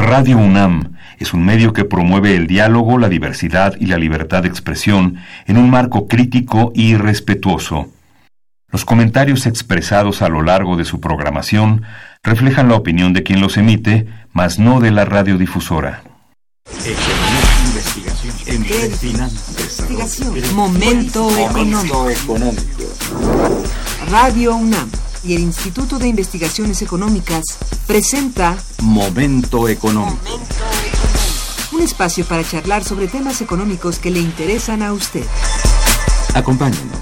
Radio UNAM es un medio que promueve el diálogo, la diversidad y la libertad de expresión en un marco crítico y respetuoso. Los comentarios expresados a lo largo de su programación reflejan la opinión de quien los emite, mas no de la radiodifusora. Momento económico. Radio UNAM y el Instituto de Investigaciones Económicas presenta Momento Económico. Un espacio para charlar sobre temas económicos que le interesan a usted. Acompáñenos.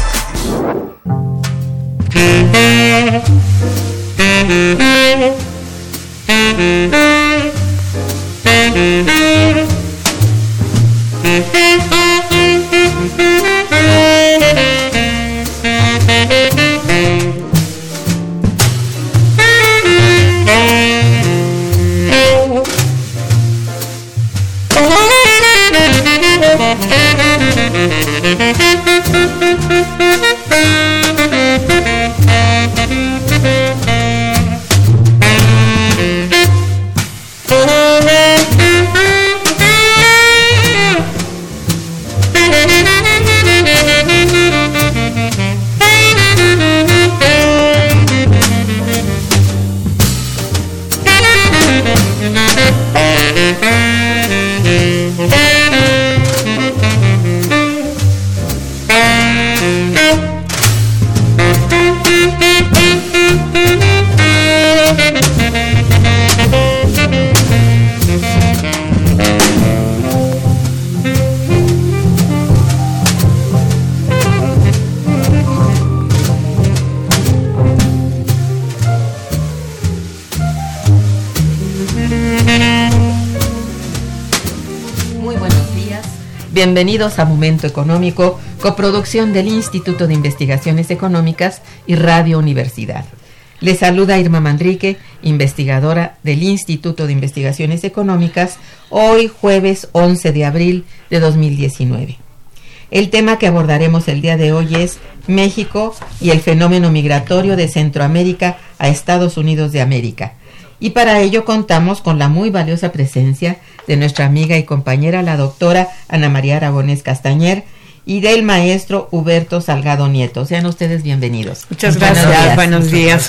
Bienvenidos a Momento Económico, coproducción del Instituto de Investigaciones Económicas y Radio Universidad. Les saluda Irma Manrique, investigadora del Instituto de Investigaciones Económicas, hoy jueves 11 de abril de 2019. El tema que abordaremos el día de hoy es México y el fenómeno migratorio de Centroamérica a Estados Unidos de América. Y para ello contamos con la muy valiosa presencia de nuestra amiga y compañera, la doctora Ana María Aragonés Castañer, y del maestro Huberto Salgado Nieto. Sean ustedes bienvenidos. Muchas gracias. Buenos días.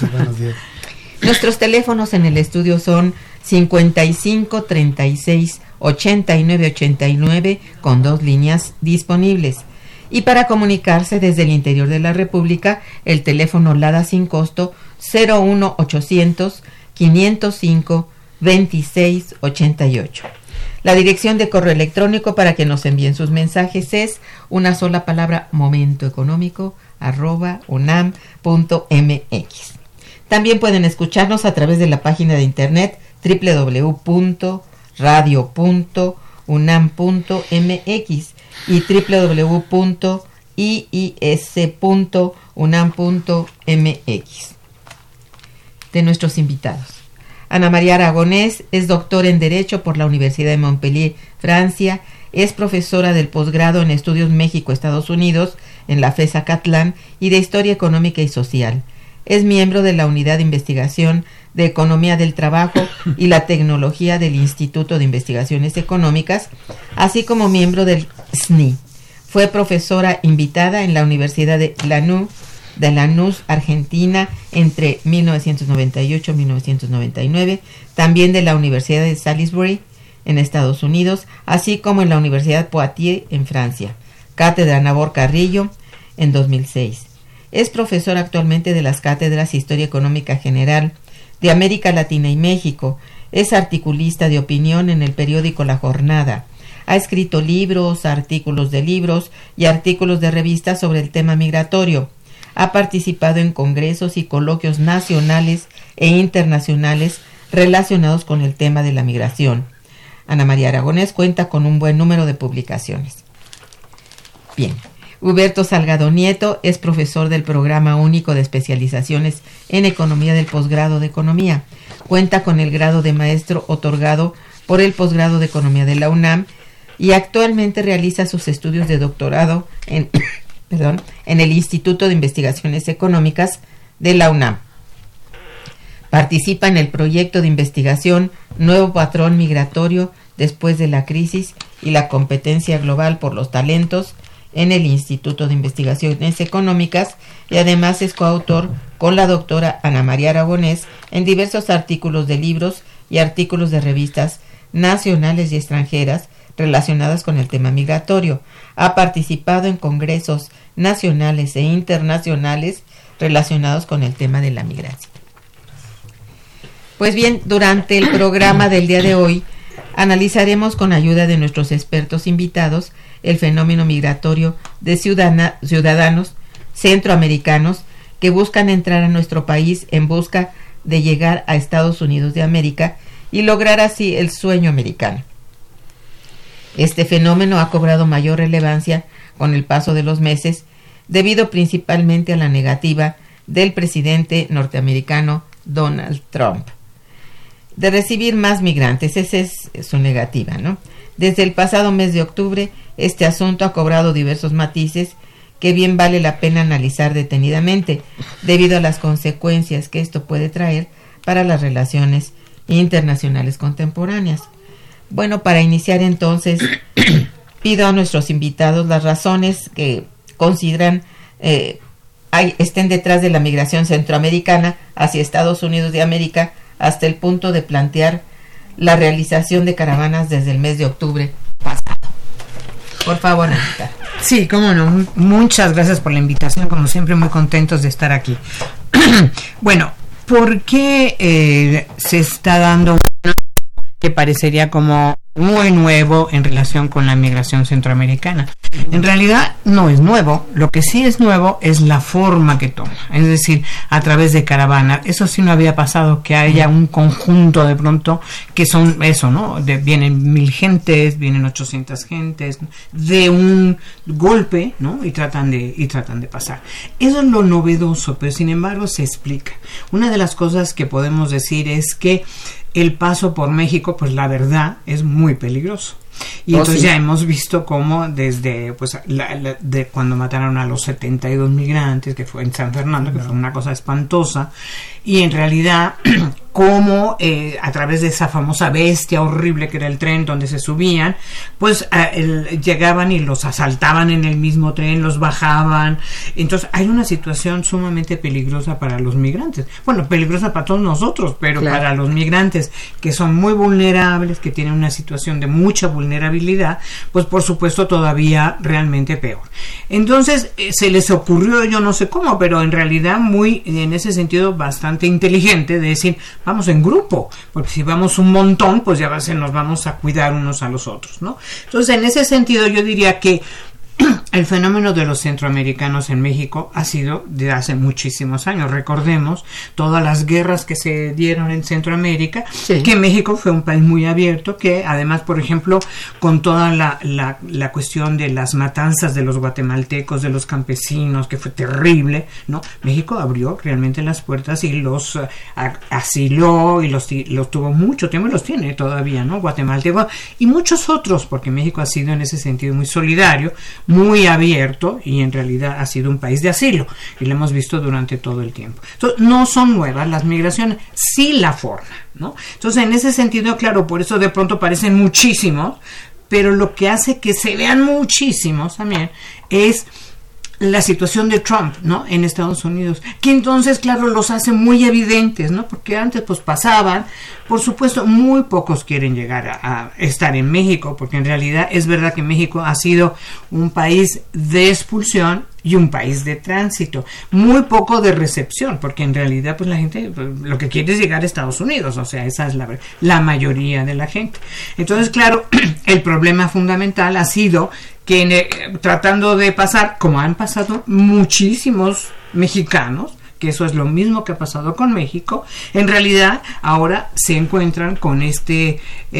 Nuestros teléfonos en el estudio son 55 36 89 89 con 2 líneas disponibles. Y para comunicarse desde el interior de la República, el teléfono LADA sin costo 01800 505 26 88. La dirección de correo electrónico para que nos envíen sus mensajes es una sola palabra: momentoeconómico@unam.mx. También pueden escucharnos a través de la página de internet www.radio.unam.mx y www.iis.unam.mx. De nuestros invitados: Ana María Aragonés es doctora en Derecho por la Universidad de Montpellier, Francia, es profesora del posgrado en Estudios México-Estados Unidos en la FES Acatlán y de Historia Económica y Social. Es miembro de la Unidad de Investigación de Economía del Trabajo y la Tecnología del Instituto de Investigaciones Económicas, así como miembro del SNI. Fue profesora invitada en la Universidad de Lanús, Argentina, entre 1998 y 1999, también de la Universidad de Salisbury, en Estados Unidos, así como en la Universidad Poitiers, en Francia. Cátedra Nabor Carrillo, en 2006. Es profesor actualmente de las cátedras Historia Económica General, de América Latina y México. Es articulista de opinión en el periódico La Jornada. Ha escrito libros, artículos de libros y artículos de revistas sobre el tema migratorio. Ha participado en congresos y coloquios nacionales e internacionales relacionados con el tema de la migración. Ana María Aragonés cuenta con un buen número de publicaciones. Bien, Huberto Salgado Nieto es profesor del Programa Único de Especializaciones en Economía del Posgrado de Economía. Cuenta con el grado de maestro otorgado por el Posgrado de Economía de la UNAM y actualmente realiza sus estudios de doctorado en el Instituto de Investigaciones Económicas de la UNAM. Participa en el proyecto de investigación Nuevo Patrón Migratorio después de la crisis y la competencia global por los talentos en el Instituto de Investigaciones Económicas y además es coautor con la doctora Ana María Aragonés en diversos artículos de libros y artículos de revistas nacionales y extranjeras relacionadas con el tema migratorio. Ha participado en congresos nacionales e internacionales relacionados con el tema de la migración. Pues bien, durante el programa del día de hoy analizaremos con ayuda de nuestros expertos invitados el fenómeno migratorio de ciudadanos centroamericanos que buscan entrar a nuestro país en busca de llegar a Estados Unidos de América y lograr así el sueño americano. Este fenómeno ha cobrado mayor relevancia con el paso de los meses, debido principalmente a la negativa del presidente norteamericano Donald Trump de recibir más migrantes. Esa es su negativa, ¿no? Desde el pasado mes de octubre, este asunto ha cobrado diversos matices que bien vale la pena analizar detenidamente, debido a las consecuencias que esto puede traer para las relaciones internacionales contemporáneas. Bueno, para iniciar entonces, pido a nuestros invitados las razones que consideran estén detrás de la migración centroamericana hacia Estados Unidos de América, hasta el punto de plantear la realización de caravanas desde el mes de octubre pasado. Por favor, Anita. Sí, cómo no. Muchas gracias por la invitación. Como siempre, muy contentos de estar aquí. Bueno, ¿por qué se está dando que parecería como muy nuevo en relación con la migración centroamericana? En realidad no es nuevo. Lo que sí es nuevo es la forma que toma, es decir, a través de caravanas. Eso sí no había pasado, que haya un conjunto de pronto que son eso, ¿no? Vienen 1000 gentes, vienen 800 gentes de un golpe, ¿no? Y tratan de pasar. Eso es lo novedoso, pero sin embargo se explica. Una de las cosas que podemos decir es que el paso por México, pues la verdad, es muy peligroso. Y entonces ya hemos visto cómo desde pues de cuando mataron a los 72 migrantes, que fue en San Fernando, que fue una cosa espantosa, y en realidad cómo a través de esa famosa bestia horrible que era el tren donde se subían, pues llegaban y los asaltaban en el mismo tren, los bajaban. Entonces hay una situación sumamente peligrosa para los migrantes. Bueno, peligrosa para todos nosotros, pero claro, para los migrantes que son muy vulnerables, que tienen una situación de mucha vulnerabilidad, pues por supuesto todavía realmente peor. Entonces se les ocurrió, yo no sé cómo, pero en realidad muy en ese sentido bastante inteligente, de decir, vamos en grupo, porque si vamos un montón, pues ya nos vamos a cuidar unos a los otros, ¿no? Entonces, en ese sentido, yo diría que el fenómeno de los centroamericanos en México ha sido de hace muchísimos años. Recordemos todas las guerras que se dieron en Centroamérica, sí, que México fue un país muy abierto, que además, por ejemplo, con toda la cuestión de las matanzas de los guatemaltecos, de los campesinos, que fue terrible, ¿no? México abrió realmente las puertas y los asiló y los tuvo mucho tiempo y los tiene todavía, ¿no? Guatemaltecos y muchos otros, porque México ha sido en ese sentido muy solidario, muy abierto, y en realidad ha sido un país de asilo, y lo hemos visto durante todo el tiempo. Entonces, no son nuevas las migraciones, sí la forma, ¿no? Entonces, en ese sentido, claro, por eso de pronto parecen muchísimos, pero lo que hace que se vean muchísimos también es la situación de Trump, ¿no? En Estados Unidos, que entonces, claro, los hace muy evidentes, ¿no? Porque antes, pues, pasaban. Por supuesto, muy pocos quieren llegar a estar en México, porque en realidad es verdad que México ha sido un país de expulsión y un país de tránsito, muy poco de recepción, porque en realidad, pues, la gente lo que quiere es llegar a Estados Unidos, o sea, esa es la mayoría de la gente. Entonces, claro, el problema fundamental ha sido que tratando de pasar, como han pasado muchísimos mexicanos, que eso es lo mismo que ha pasado con México, en realidad ahora se encuentran con este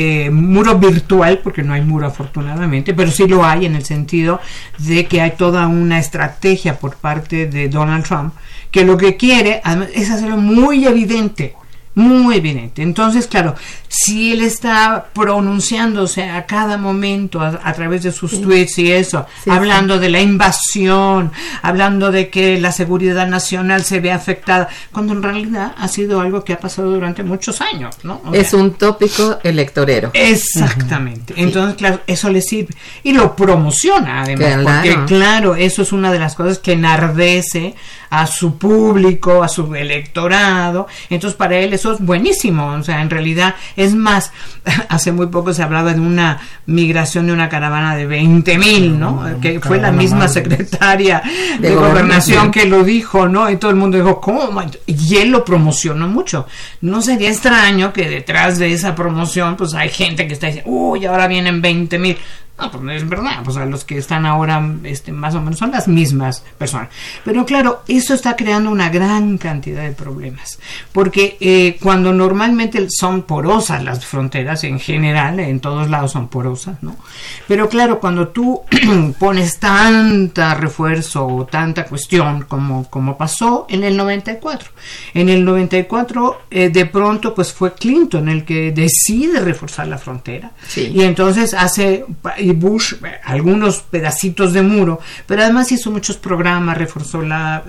muro virtual, porque no hay muro afortunadamente, pero sí lo hay en el sentido de que hay toda una estrategia por parte de Donald Trump, que lo que quiere además es hacerlo muy evidente muy evidente. Entonces, claro, si él está pronunciándose a cada momento a través de sus tweets y eso, hablando de la invasión, hablando de que la seguridad nacional se ve afectada, cuando en realidad ha sido algo que ha pasado durante muchos años, ¿no? Es un tópico electorero. Exactamente. Entonces, claro, eso le sirve. Y lo promociona, además, porque, claro, eso es una de las cosas que enardece a su público, a su electorado. Entonces, para él eso es buenísimo. O sea, en realidad, es más, hace muy poco se hablaba de una migración de una caravana de 20,000, ¿no? Que fue la misma secretaria de Gobernación que lo dijo, ¿no? Y todo el mundo dijo, ¿cómo? Y él lo promocionó mucho. No sería extraño que detrás de esa promoción, pues hay gente que está diciendo, uy, ahora vienen 20,000. No, pues no es verdad, pues a los que están ahora más o menos son las mismas personas. Pero claro, eso está creando una gran cantidad de problemas, porque cuando normalmente son porosas las fronteras, en general, en todos lados son porosas, ¿no? Pero claro, cuando tú pones tanta refuerzo o tanta cuestión como pasó en el 94. En el 94, de pronto, pues fue Clinton el que decide reforzar la frontera. Sí. Y entonces y Bush algunos pedacitos de muro, pero además hizo muchos programas, reforzó la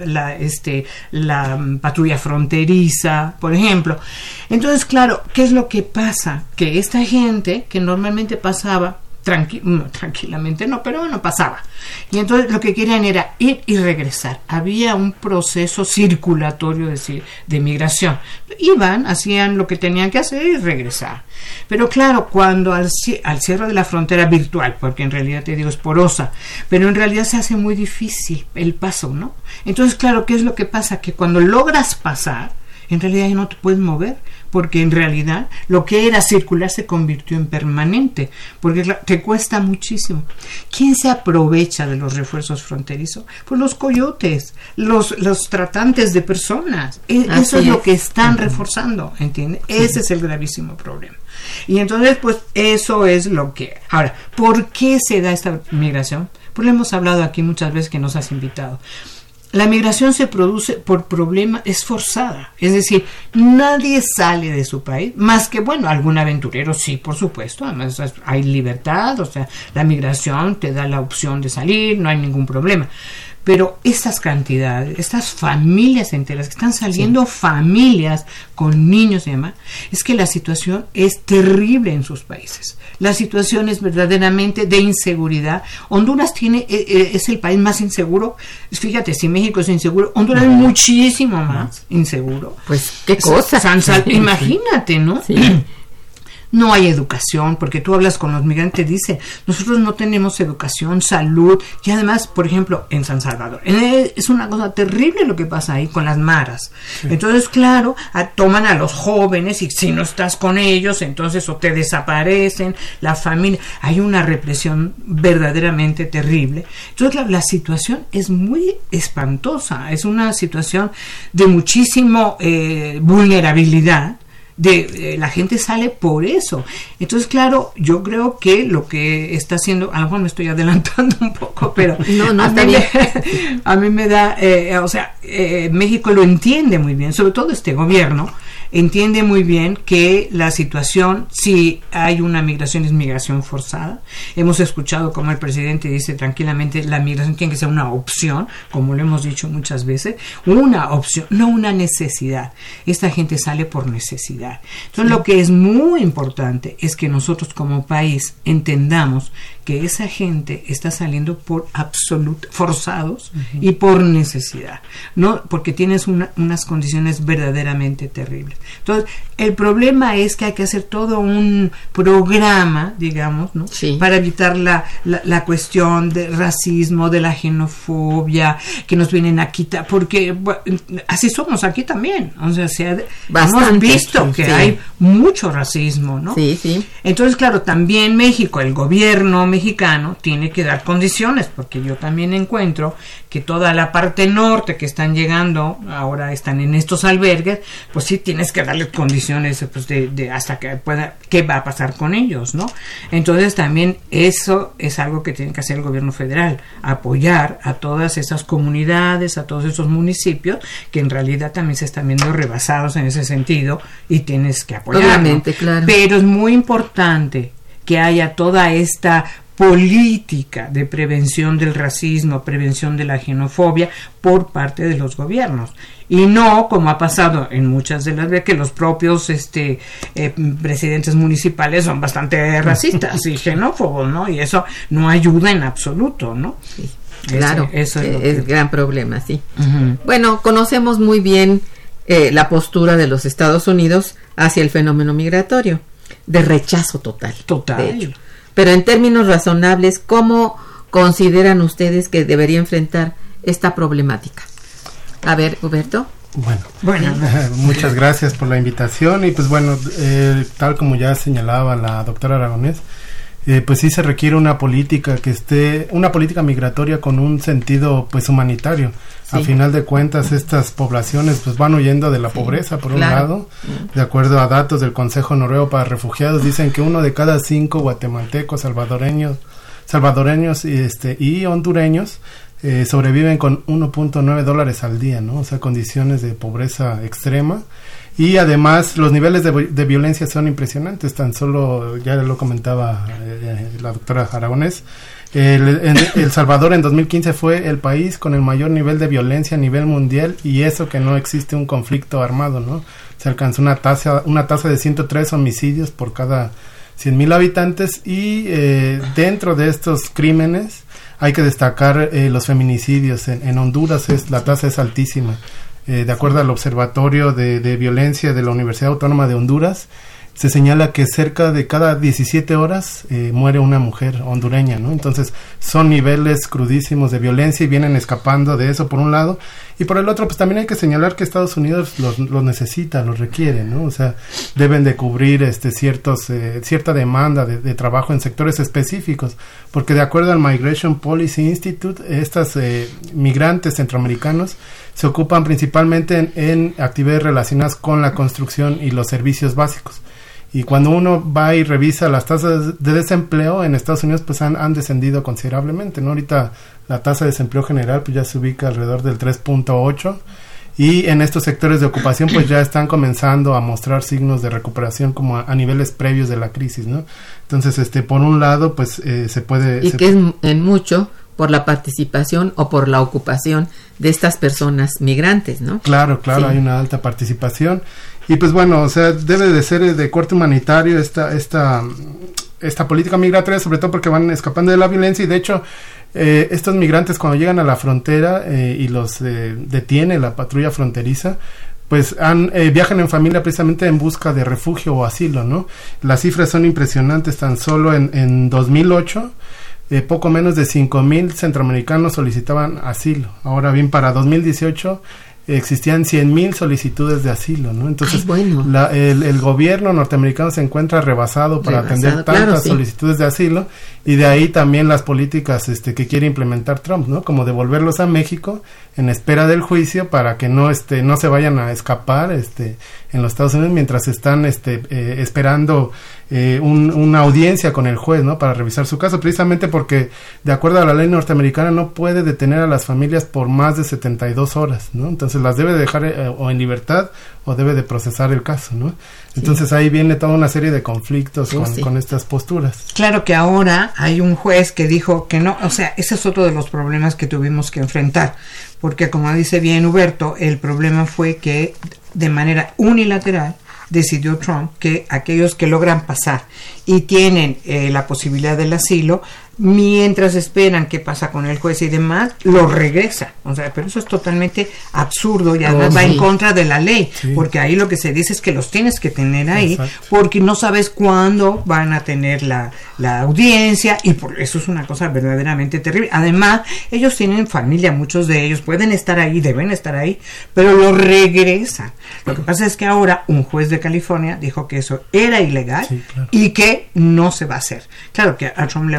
patrulla fronteriza, por ejemplo. Entonces, claro, ¿qué es lo que pasa? Que esta gente que normalmente pasaba tranquilamente, no, pero bueno, pasaba. Y entonces lo que querían era ir y regresar. Había un proceso circulatorio de migración. Iban, hacían lo que tenían que hacer y regresar. Pero claro, cuando al cierre de la frontera virtual, porque en realidad te digo es porosa, pero en realidad se hace muy difícil el paso, ¿no? Entonces, claro, ¿qué es lo que pasa? Que cuando logras pasar, en realidad ya no te puedes mover, porque en realidad lo que era circular se convirtió en permanente, porque te cuesta muchísimo. ¿Quién se aprovecha de los refuerzos fronterizos? Pues los coyotes, los tratantes de personas. Eso es lo que están reforzando, ¿entiendes? Ese es el gravísimo problema. Y entonces, pues, eso es lo que... Ahora, ¿por qué se da esta migración? Pues lo hemos hablado aquí muchas veces que nos has invitado. La migración se produce por problema, es forzada, es decir, nadie sale de su país, más que, bueno, algún aventurero, sí, por supuesto, además hay libertad, o sea, la migración te da la opción de salir, no hay ningún problema. Pero estas cantidades, estas familias enteras que están saliendo, familias con niños y demás, es que la situación es terrible en sus países. La situación es verdaderamente de inseguridad. Honduras es el país más inseguro. Fíjate, si México es inseguro, Honduras es muchísimo más inseguro. Pues qué cosa. Imagínate, ¿no? Sí. No hay educación, porque tú hablas con los migrantes, dice, nosotros no tenemos educación, salud, y además, por ejemplo, en San Salvador, es una cosa terrible lo que pasa ahí con las maras. Sí. Entonces, claro, toman a los jóvenes y si no estás con ellos, entonces o te desaparecen, la familia, hay una represión verdaderamente terrible. Entonces, la situación es muy espantosa, es una situación de muchísimo vulnerabilidad. La gente sale por eso. Entonces, claro, yo creo que lo que está haciendo, a lo mejor me estoy adelantando un poco, pero no está bien. A mí me da, México lo entiende muy bien, sobre todo este gobierno entiende muy bien que la situación, si hay una migración, es migración forzada. Hemos escuchado como el presidente dice tranquilamente, la migración tiene que ser una opción, como lo hemos dicho muchas veces, una opción, no una necesidad. Esta gente sale por necesidad. Entonces, lo que es muy importante es que nosotros como país entendamos que esa gente está saliendo por forzados y por necesidad, no porque tienes unas condiciones verdaderamente terribles. Entonces, el problema es que hay que hacer todo un programa, digamos, ¿no? Sí. Para evitar la cuestión del racismo, de la xenofobia, que nos vienen a quitar, porque bueno, así somos aquí también, o sea, hemos visto que hay mucho racismo, ¿no? Sí, sí. Entonces, claro, también México, el gobierno mexicano tiene que dar condiciones, porque yo también encuentro que toda la parte norte que están llegando, ahora están en estos albergues, pues sí tienes que darles condiciones pues de hasta que pueda, qué va a pasar con ellos, ¿no? Entonces también eso es algo que tiene que hacer el gobierno federal, apoyar a todas esas comunidades, a todos esos municipios que en realidad también se están viendo rebasados en ese sentido y tienes que apoyarlos. Obviamente, claro. Pero es muy importante que haya toda esta política de prevención del racismo, prevención de la xenofobia por parte de los gobiernos, y no como ha pasado en muchas de las veces que los propios presidentes municipales son bastante racistas y xenófobos, ¿no? Y eso no ayuda en absoluto, ¿no? Sí, claro, eso es gran problema, sí. Uh-huh. Bueno, conocemos muy bien la postura de los Estados Unidos hacia el fenómeno migratorio, de rechazo total. Total. De hecho. Pero en términos razonables, ¿cómo consideran ustedes que debería enfrentar esta problemática? A ver, Huberto. Bueno, muchas gracias por la invitación y pues bueno, tal como ya señalaba la doctora Aragonés, pues sí se requiere una política migratoria con un sentido pues humanitario. Sí. A final de cuentas estas poblaciones pues van huyendo de la pobreza por un lado, de acuerdo a datos del Consejo Noruego para Refugiados, dicen que 1 de cada 5 guatemaltecos, salvadoreños y hondureños sobreviven con $1.9 al día, ¿no? O sea, condiciones de pobreza extrema. Y además los niveles de violencia son impresionantes, tan solo, ya lo comentaba la doctora Aragonés, El Salvador en 2015 fue el país con el mayor nivel de violencia a nivel mundial, y eso que no existe un conflicto armado, ¿no? Se alcanzó una tasa de 103 homicidios por cada 100,000 habitantes, y dentro de estos crímenes hay que destacar los feminicidios. En Honduras la tasa es altísima. De acuerdo al Observatorio de Violencia de la Universidad Autónoma de Honduras, se señala que cerca de cada 17 horas muere una mujer hondureña, ¿no? Entonces son niveles crudísimos de violencia y vienen escapando de eso por un lado, y por el otro pues también hay que señalar que Estados Unidos los necesita, los requiere, ¿no? O sea, deben de cubrir cierta demanda de trabajo en sectores específicos, porque de acuerdo al Migration Policy Institute, estas migrantes centroamericanos se ocupan principalmente en actividades relacionadas con la construcción y los servicios básicos. Y cuando uno va y revisa las tasas de desempleo en Estados Unidos, pues han descendido considerablemente, ¿no? Ahorita la tasa de desempleo general pues ya se ubica alrededor del 3.8, y en estos sectores de ocupación pues ya están comenzando a mostrar signos de recuperación como a niveles previos de la crisis, ¿no? Entonces, por un lado, pues se puede... Y que es en mucho por la participación o por la ocupación de estas personas migrantes, ¿no? Claro, sí. Hay una alta participación. Y pues bueno, o sea, debe de ser de corte humanitario esta política migratoria, sobre todo porque van escapando de la violencia, y de hecho estos migrantes cuando llegan a la frontera y los detiene la patrulla fronteriza, pues viajan en familia precisamente en busca de refugio o asilo, ¿no? Las cifras son impresionantes. Tan solo en 2008 poco menos de 5,000 centroamericanos solicitaban asilo. Ahora bien, para 2018 existían 100,000 solicitudes de asilo, ¿no? Entonces, el gobierno norteamericano se encuentra rebasado para atender tantas solicitudes de asilo, y de ahí también las políticas que quiere implementar Trump, ¿no? Como devolverlos a México en espera del juicio para que no se vayan a escapar en los Estados Unidos mientras están esperando una audiencia con el juez, ¿no? Para revisar su caso, precisamente porque de acuerdo a la ley norteamericana no puede detener a las familias por más de 72 horas, ¿no? Entonces las debe dejar o en libertad o debe de procesar el caso, ¿no? Entonces ahí viene toda una serie de conflictos con estas posturas. Claro que ahora hay un juez que dijo que no, o sea, ese es otro de los problemas que tuvimos que enfrentar, porque como dice bien Huberto, el problema fue que de manera unilateral decidió Trump que aquellos que logran pasar y tienen la posibilidad del asilo, mientras esperan qué pasa con el juez y demás, lo regresa. O sea, pero eso es totalmente absurdo y además va en contra de la ley, porque ahí lo que se dice es que los tienes que tener ahí. Exacto. Porque no sabes cuándo van a tener la audiencia, y por eso es una cosa verdaderamente terrible. Además, ellos tienen familia, muchos de ellos pueden estar ahí, deben estar ahí, pero lo regresan. Lo que pasa es que ahora un juez de California dijo que eso era ilegal y que no se va a hacer. Claro que a Trump le vale gorro,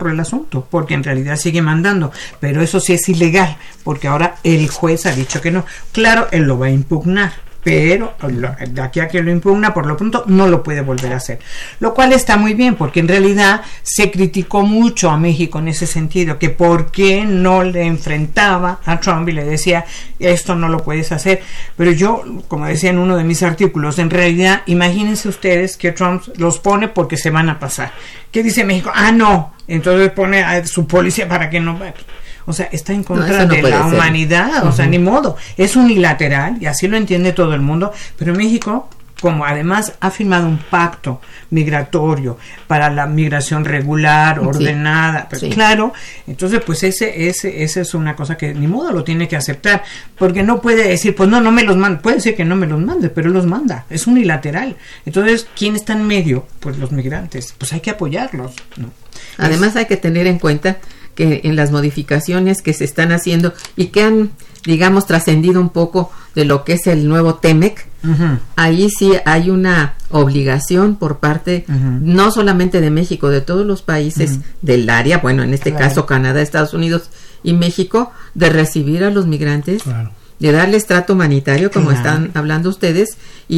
cerró el asunto, porque en realidad sigue mandando, pero eso sí es ilegal, porque ahora el juez ha dicho que no. Claro, él lo va a impugnar, pero de aquí a que lo impugna, por lo pronto no lo puede volver a hacer, lo cual está muy bien, porque en realidad se criticó mucho a México en ese sentido, que por qué no le enfrentaba a Trump y le decía, esto no lo puedes hacer. Pero yo, como decía en uno de mis artículos, en realidad imagínense ustedes que Trump los pone porque se van a pasar. ¿Qué dice México? No, entonces pone a su policía para que no... O sea, está en contra de la humanidad, o sea, ni modo. Es unilateral y así lo entiende todo el mundo, pero México, como además ha firmado un pacto migratorio para la migración regular, ordenada, pues, claro, entonces pues ese es una cosa que ni modo lo tiene que aceptar, porque no puede decir, pues no me los manda, puede decir que no me los mande, pero él los manda, es unilateral. Entonces, ¿quién está en medio? Pues los migrantes, pues hay que apoyarlos, ¿no? Además hay que tener en cuenta que en las modificaciones que se están haciendo y que han, digamos, trascendido un poco de lo que es el nuevo TEMEC, ahí sí hay una obligación por parte no solamente de México, de todos los países del área, bueno, en este caso Canadá, Estados Unidos y México, de recibir a los migrantes, de darles trato humanitario, como están hablando ustedes,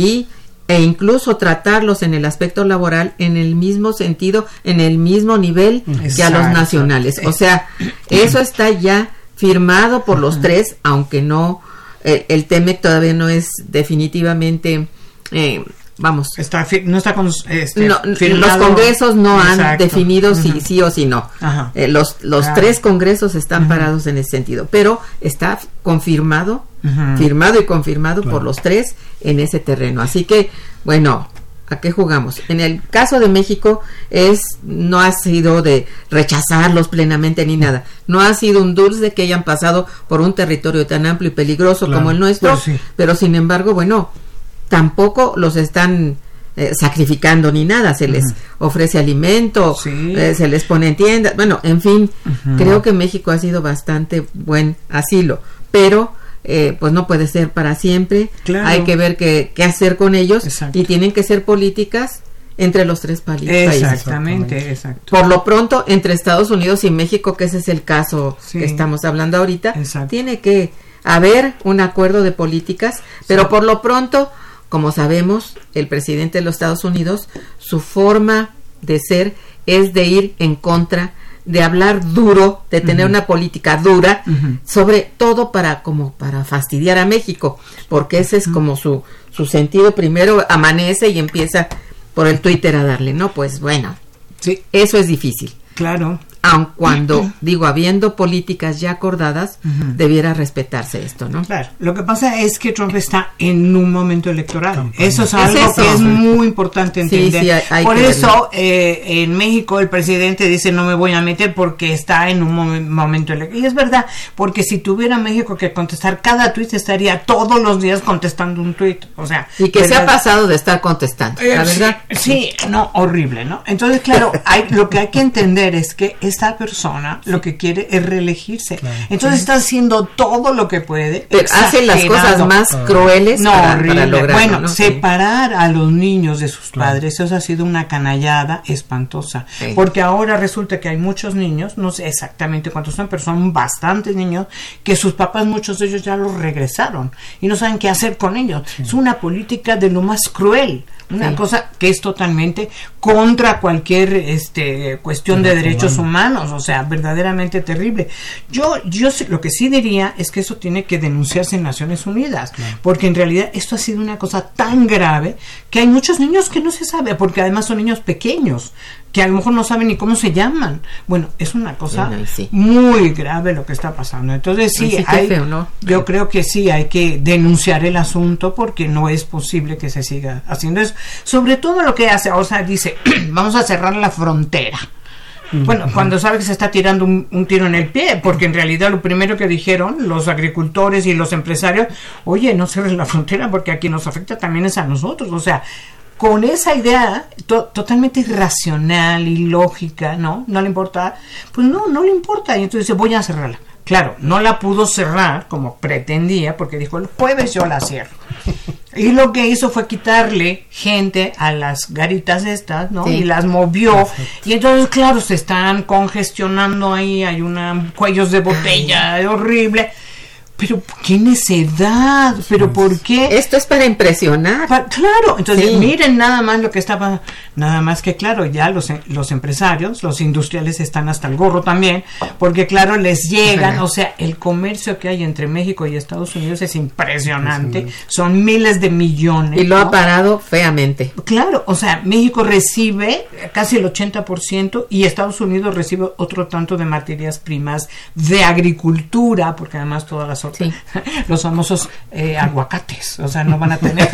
e incluso tratarlos en el aspecto laboral en el mismo sentido, en el mismo nivel que a los nacionales. O sea, eso está ya firmado por los tres, aunque no, el TEMEC todavía no es definitivamente, no está firmado. Los congresos no han definido si sí o si no. Los tres congresos están parados en ese sentido, pero está confirmado, firmado y confirmado por los tres en ese terreno. Así que, bueno, ¿a qué jugamos? En el caso de México no ha sido de rechazarlos plenamente ni nada. No ha sido un dulce que hayan pasado por un territorio tan amplio y peligroso como el nuestro, pero sin embargo, bueno, tampoco los están sacrificando ni nada, se les ofrece alimento, se les pone en tiendas, bueno, en fin, creo que México ha sido bastante buen asilo, pero pues no puede ser para siempre, hay que ver qué hacer con ellos, y tienen que ser políticas entre los tres países. Exactamente. Por lo pronto, entre Estados Unidos y México, que ese es el caso que estamos hablando ahorita, tiene que haber un acuerdo de políticas, pero por lo pronto, como sabemos, el presidente de los Estados Unidos, su forma de ser es de ir en contra, de hablar duro, de tener una política dura, sobre todo para fastidiar a México, porque ese es como su sentido. Primero amanece y empieza por el Twitter a darle, ¿no? Pues bueno, eso es difícil. Claro. Aun cuando, habiendo políticas ya acordadas, debiera respetarse esto, ¿no? Claro. Lo que pasa es que Trump está en un momento electoral. Eso es algo que es muy importante entender. Hay por eso, en México el presidente dice no me voy a meter porque está en un momento electoral. Y es verdad, porque si tuviera México que contestar cada tuit, estaría todos los días contestando un tuit. O sea, y que se ha pasado de estar contestando, la verdad. Sí, no, horrible, ¿no? Entonces, claro, lo que hay que entender es que esta persona lo que quiere es reelegirse. Entonces está haciendo todo lo que puede. Pero hace las cosas más crueles para lograrlo. Bueno, ¿no? Separar a los niños de sus padres, eso ha sido una canallada espantosa. Porque ahora resulta que hay muchos niños, no sé exactamente cuántos son, pero son bastantes niños, que sus papás, muchos de ellos ya los regresaron y no saben qué hacer con ellos. Es una política de lo más cruel. Una cosa que es totalmente contra cualquier cuestión de derechos humanos, o sea, verdaderamente terrible. Yo lo que sí diría es que eso tiene que denunciarse en Naciones Unidas, porque en realidad esto ha sido una cosa tan grave que hay muchos niños que no se sabe, porque además son niños pequeños, que a lo mejor no saben ni cómo se llaman. Bueno, es una cosa muy grave lo que está pasando. Entonces yo creo que sí hay que denunciar el asunto, porque no es posible que se siga haciendo eso. Sobre todo lo que hace, o sea, dice, vamos a cerrar la frontera. Bueno, cuando sabe que se está tirando un tiro en el pie, porque en realidad lo primero que dijeron los agricultores y los empresarios, oye, no cierres la frontera porque a quien nos afecta también es a nosotros. O sea, con esa idea totalmente irracional y lógica, ¿no? No le importa, pues no le importa, y entonces dice, voy a cerrarla. Claro, no la pudo cerrar como pretendía, porque dijo, el jueves yo la cierro. Y lo que hizo fue quitarle gente a las garitas estas, ¿no? Y las movió. Perfecto. Y entonces, claro, se están congestionando ahí, hay cuellos de botella horrible. Pero qué necedad, pero ¿por qué? Esto es para impresionar. Claro, entonces miren nada más lo que estaba, nada más que claro, ya los empresarios, los industriales están hasta el gorro también, porque claro, les llegan, o sea, el comercio que hay entre México y Estados Unidos es impresionante, son miles de millones. Y lo ha parado feamente. Claro, o sea, México recibe casi el 80% y Estados Unidos recibe otro tanto de materias primas de agricultura, porque además todas las los famosos aguacates, o sea, no van a tener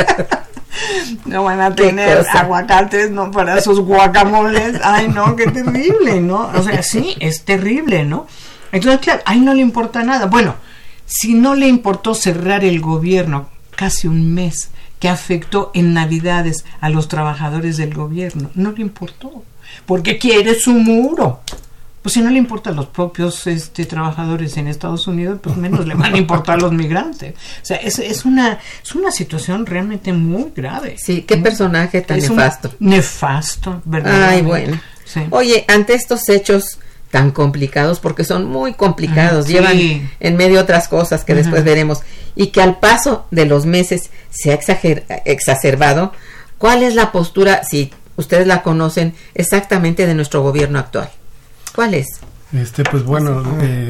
aguacates, ¿no? Para sus guacamoles. Ay, no, qué terrible, ¿no? O sea, sí, es terrible, ¿no? Entonces, claro, ahí no le importa nada. Bueno, si no le importó cerrar el gobierno casi un mes, que afectó en Navidades a los trabajadores del gobierno, no le importó, porque quiere su muro. Pues si no le importan los propios trabajadores en Estados Unidos, pues menos le van a importar los migrantes. O sea, es una situación realmente muy grave. Sí, qué personaje tan nefasto. Nefasto, ¿verdad? Ay, bueno. Sí. Oye, ante estos hechos tan complicados, porque son muy complicados, llevan en medio otras cosas que después veremos, y que al paso de los meses se ha exacerbado, ¿cuál es la postura, si ustedes la conocen, exactamente de nuestro gobierno actual? ¿Cuál es? Pues bueno,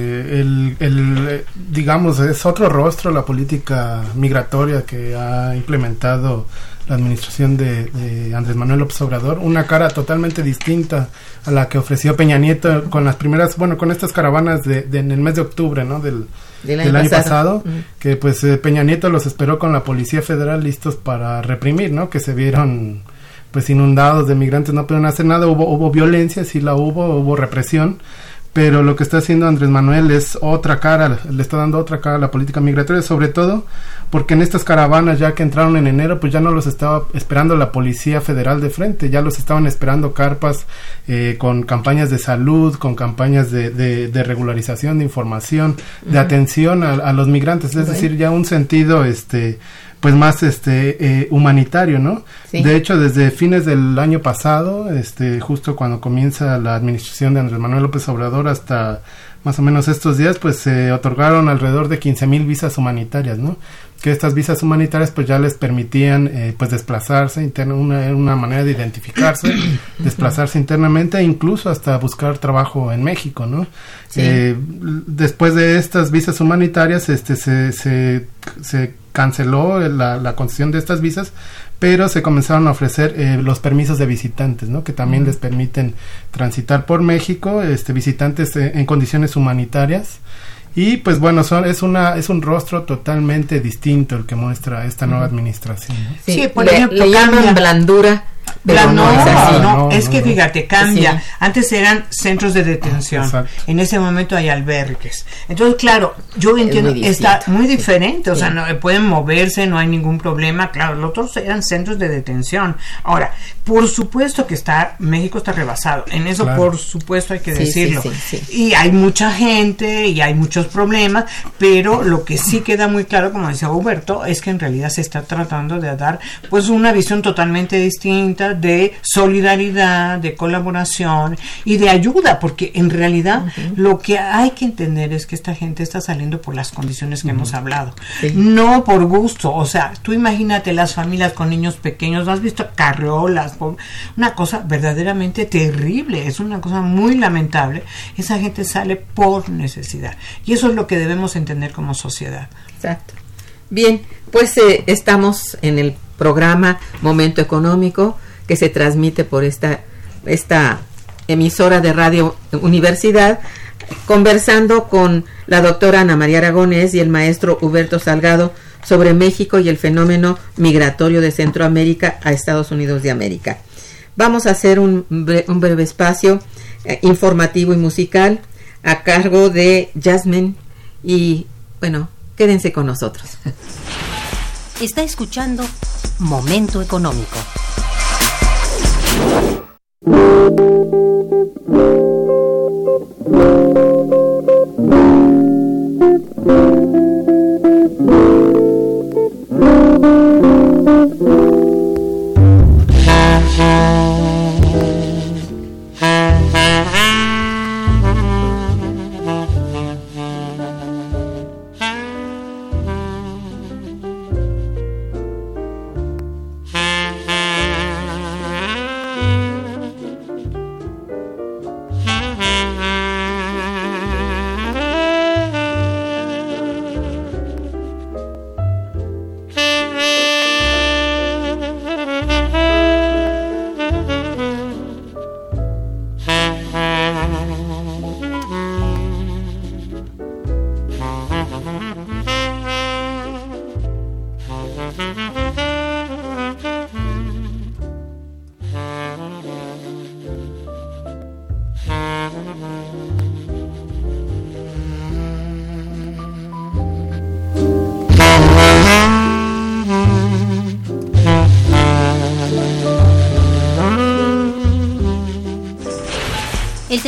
digamos, es otro rostro la política migratoria que ha implementado la administración de Andrés Manuel López Obrador, una cara totalmente distinta a la que ofreció Peña Nieto con las primeras, bueno, con estas caravanas en el mes de octubre, ¿no? Del año pasado, que pues Peña Nieto los esperó con la Policía Federal listos para reprimir, ¿no? Que se vieron pues inundados de migrantes, no pudieron hacer nada, hubo violencia, sí la hubo represión, pero lo que está haciendo Andrés Manuel es otra cara, le está dando otra cara a la política migratoria, sobre todo porque en estas caravanas ya que entraron en enero, pues ya no los estaba esperando la Policía Federal de frente, ya los estaban esperando carpas con campañas de salud, con campañas de regularización, de información, de atención a los migrantes, es decir, ya un sentido pues más humanitario, ¿no? Sí. De hecho, desde fines del año pasado, justo cuando comienza la administración de Andrés Manuel López Obrador hasta más o menos estos días, pues se otorgaron alrededor de 15,000 visas humanitarias, ¿no? Que estas visas humanitarias pues ya les permitían pues desplazarse, una manera de identificarse, desplazarse internamente e incluso hasta buscar trabajo en México, ¿no? Sí. Después de estas visas humanitarias se canceló la concesión de estas visas, pero se comenzaron a ofrecer los permisos de visitantes, ¿no? Que también les permiten transitar por México, visitantes en condiciones humanitarias. Y pues bueno, es un rostro totalmente distinto el que muestra esta nueva administración, ¿no? Sí, por ejemplo, le llaman blandura. Pero es que fíjate, cambia. Sí. Antes eran centros de detención, en ese momento hay albergues. Entonces, claro, yo entiendo, está muy diferente, o sea, no pueden moverse, no hay ningún problema. Claro, los otros eran centros de detención. Ahora, por supuesto que México está rebasado, en eso por supuesto hay que decirlo. Sí. Y hay mucha gente y hay muchos problemas, pero lo que sí queda muy claro, como decía Huberto, es que en realidad se está tratando de dar pues una visión totalmente distinta, de solidaridad, de colaboración y de ayuda, porque en realidad lo que hay que entender es que esta gente está saliendo por las condiciones que hemos hablado, no por gusto. O sea, tú imagínate las familias con niños pequeños, ¿no has visto carriolas? Una cosa verdaderamente terrible, es una cosa muy lamentable. Esa gente sale por necesidad y eso es lo que debemos entender como sociedad. Exacto. Bien, pues estamos en el programa Momento Económico, que se transmite por esta emisora de Radio Universidad, conversando con la doctora Ana María Aragonés y el maestro Huberto Salgado sobre México y el fenómeno migratorio de Centroamérica a Estados Unidos de América. Vamos a hacer un breve espacio informativo y musical a cargo de Jasmine y, bueno, quédense con nosotros. Está escuchando Momento Económico.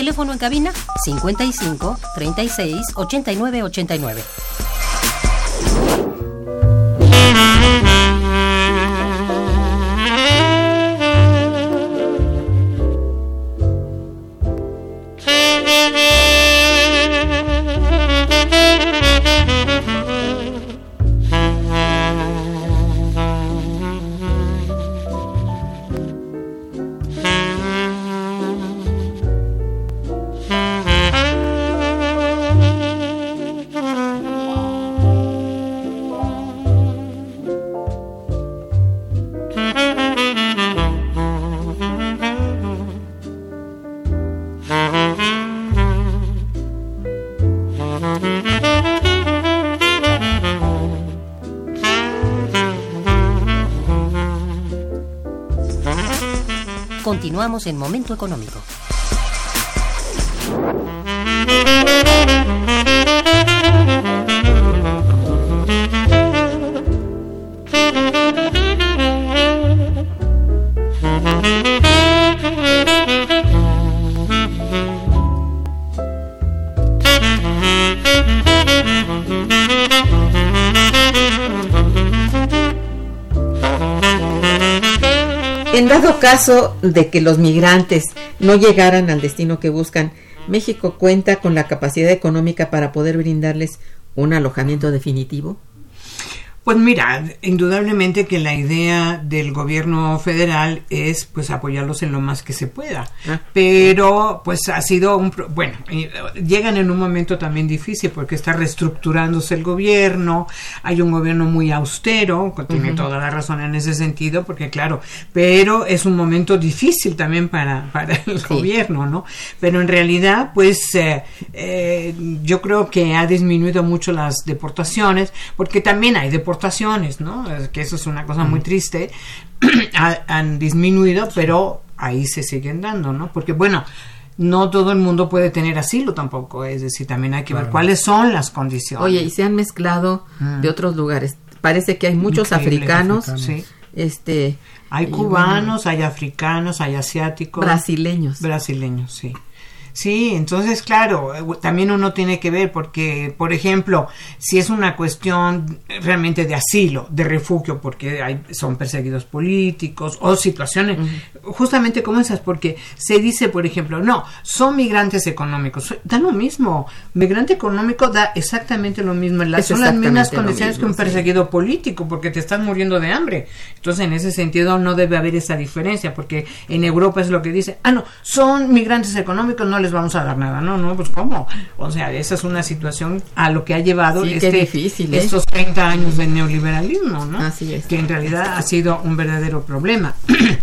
teléfono en cabina 55 36 89 89. Continuamos en Momento Económico. En dado caso de que los migrantes no llegaran al destino que buscan, ¿México cuenta con la capacidad económica para poder brindarles un alojamiento definitivo? Pues mira, indudablemente que la idea del gobierno federal es pues apoyarlos en lo más que se pueda, pero pues ha sido llegan en un momento también difícil porque está reestructurándose el gobierno, hay un gobierno muy austero, tiene toda la razón en ese sentido, porque claro, pero es un momento difícil también para el gobierno, ¿no? Pero en realidad pues yo creo que ha disminuido mucho las deportaciones, porque también hay deportaciones, ¿no? Que eso es una cosa muy triste. Han disminuido, pero ahí se siguen dando, ¿no? Porque bueno, no todo el mundo puede tener asilo tampoco, es decir, también hay que ver cuáles son las condiciones. Oye, y se han mezclado de otros lugares. Parece que hay muchos africanos. Sí. Hay cubanos, hay africanos, hay asiáticos. Brasileños, sí. Sí, entonces, claro, también uno tiene que ver porque, por ejemplo, si es una cuestión realmente de asilo, de refugio, porque son perseguidos políticos o situaciones justamente como esas, porque se dice, por ejemplo, no, son migrantes económicos, da lo mismo, migrante económico da exactamente lo mismo, son las mismas condiciones que un perseguido político, porque te estás muriendo de hambre. Entonces, en ese sentido, no debe haber esa diferencia, porque en Europa es lo que dice, no, son migrantes económicos, no les vamos a dar nada, no, pues ¿cómo? O sea, esa es una situación a lo que ha llevado difícil, estos 30 años de neoliberalismo, ¿no? Así es. Que en realidad ha sido un verdadero problema.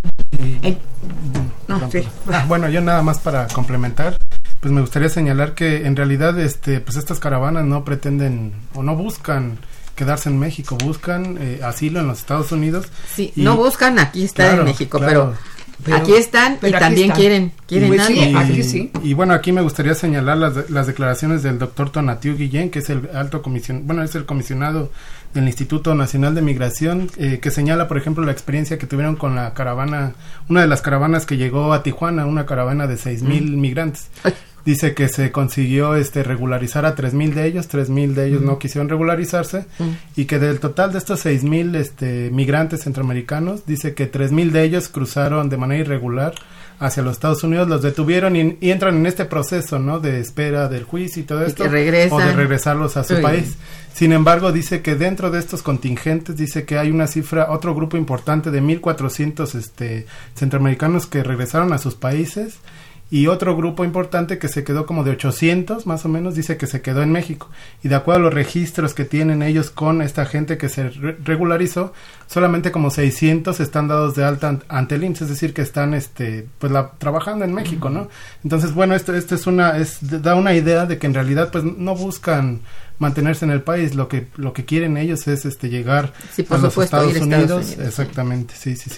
Bueno, yo nada más para complementar, pues me gustaría señalar que en realidad pues estas caravanas no pretenden o no buscan quedarse en México, buscan asilo en los Estados Unidos. Sí, no buscan aquí estar en México, pero aquí están y también quieren aquí sí. Y bueno, aquí me gustaría señalar las declaraciones del doctor Tonatiuh Guillén, que es el es el comisionado del Instituto Nacional de Migración, que señala, por ejemplo, la experiencia que tuvieron con la caravana, una de las caravanas que llegó a Tijuana, una caravana de 6,000 migrantes. Dice que se consiguió regularizar a 3,000 de ellos, 3,000 de ellos no quisieron regularizarse, y que del total de estos 6,000 migrantes centroamericanos, dice que 3,000 de ellos cruzaron de manera irregular hacia los Estados Unidos, los detuvieron y entran en este proceso, ¿no?, de espera del juicio y todo esto, o de regresarlos a su país. Sin embargo, dice que dentro de estos contingentes, dice que hay una cifra, otro grupo importante de 1,400 centroamericanos que regresaron a sus países, y otro grupo importante que se quedó como de 800 más o menos, dice que se quedó en México, y de acuerdo a los registros que tienen ellos con esta gente que se regularizó, solamente como 600 están dados de alta ante el IMSS, es decir, que están trabajando en México, ¿no? Entonces, bueno, esto da una idea de que en realidad pues no buscan mantenerse en el país, lo que quieren ellos es llegar a los Estados Unidos. Exactamente, sí.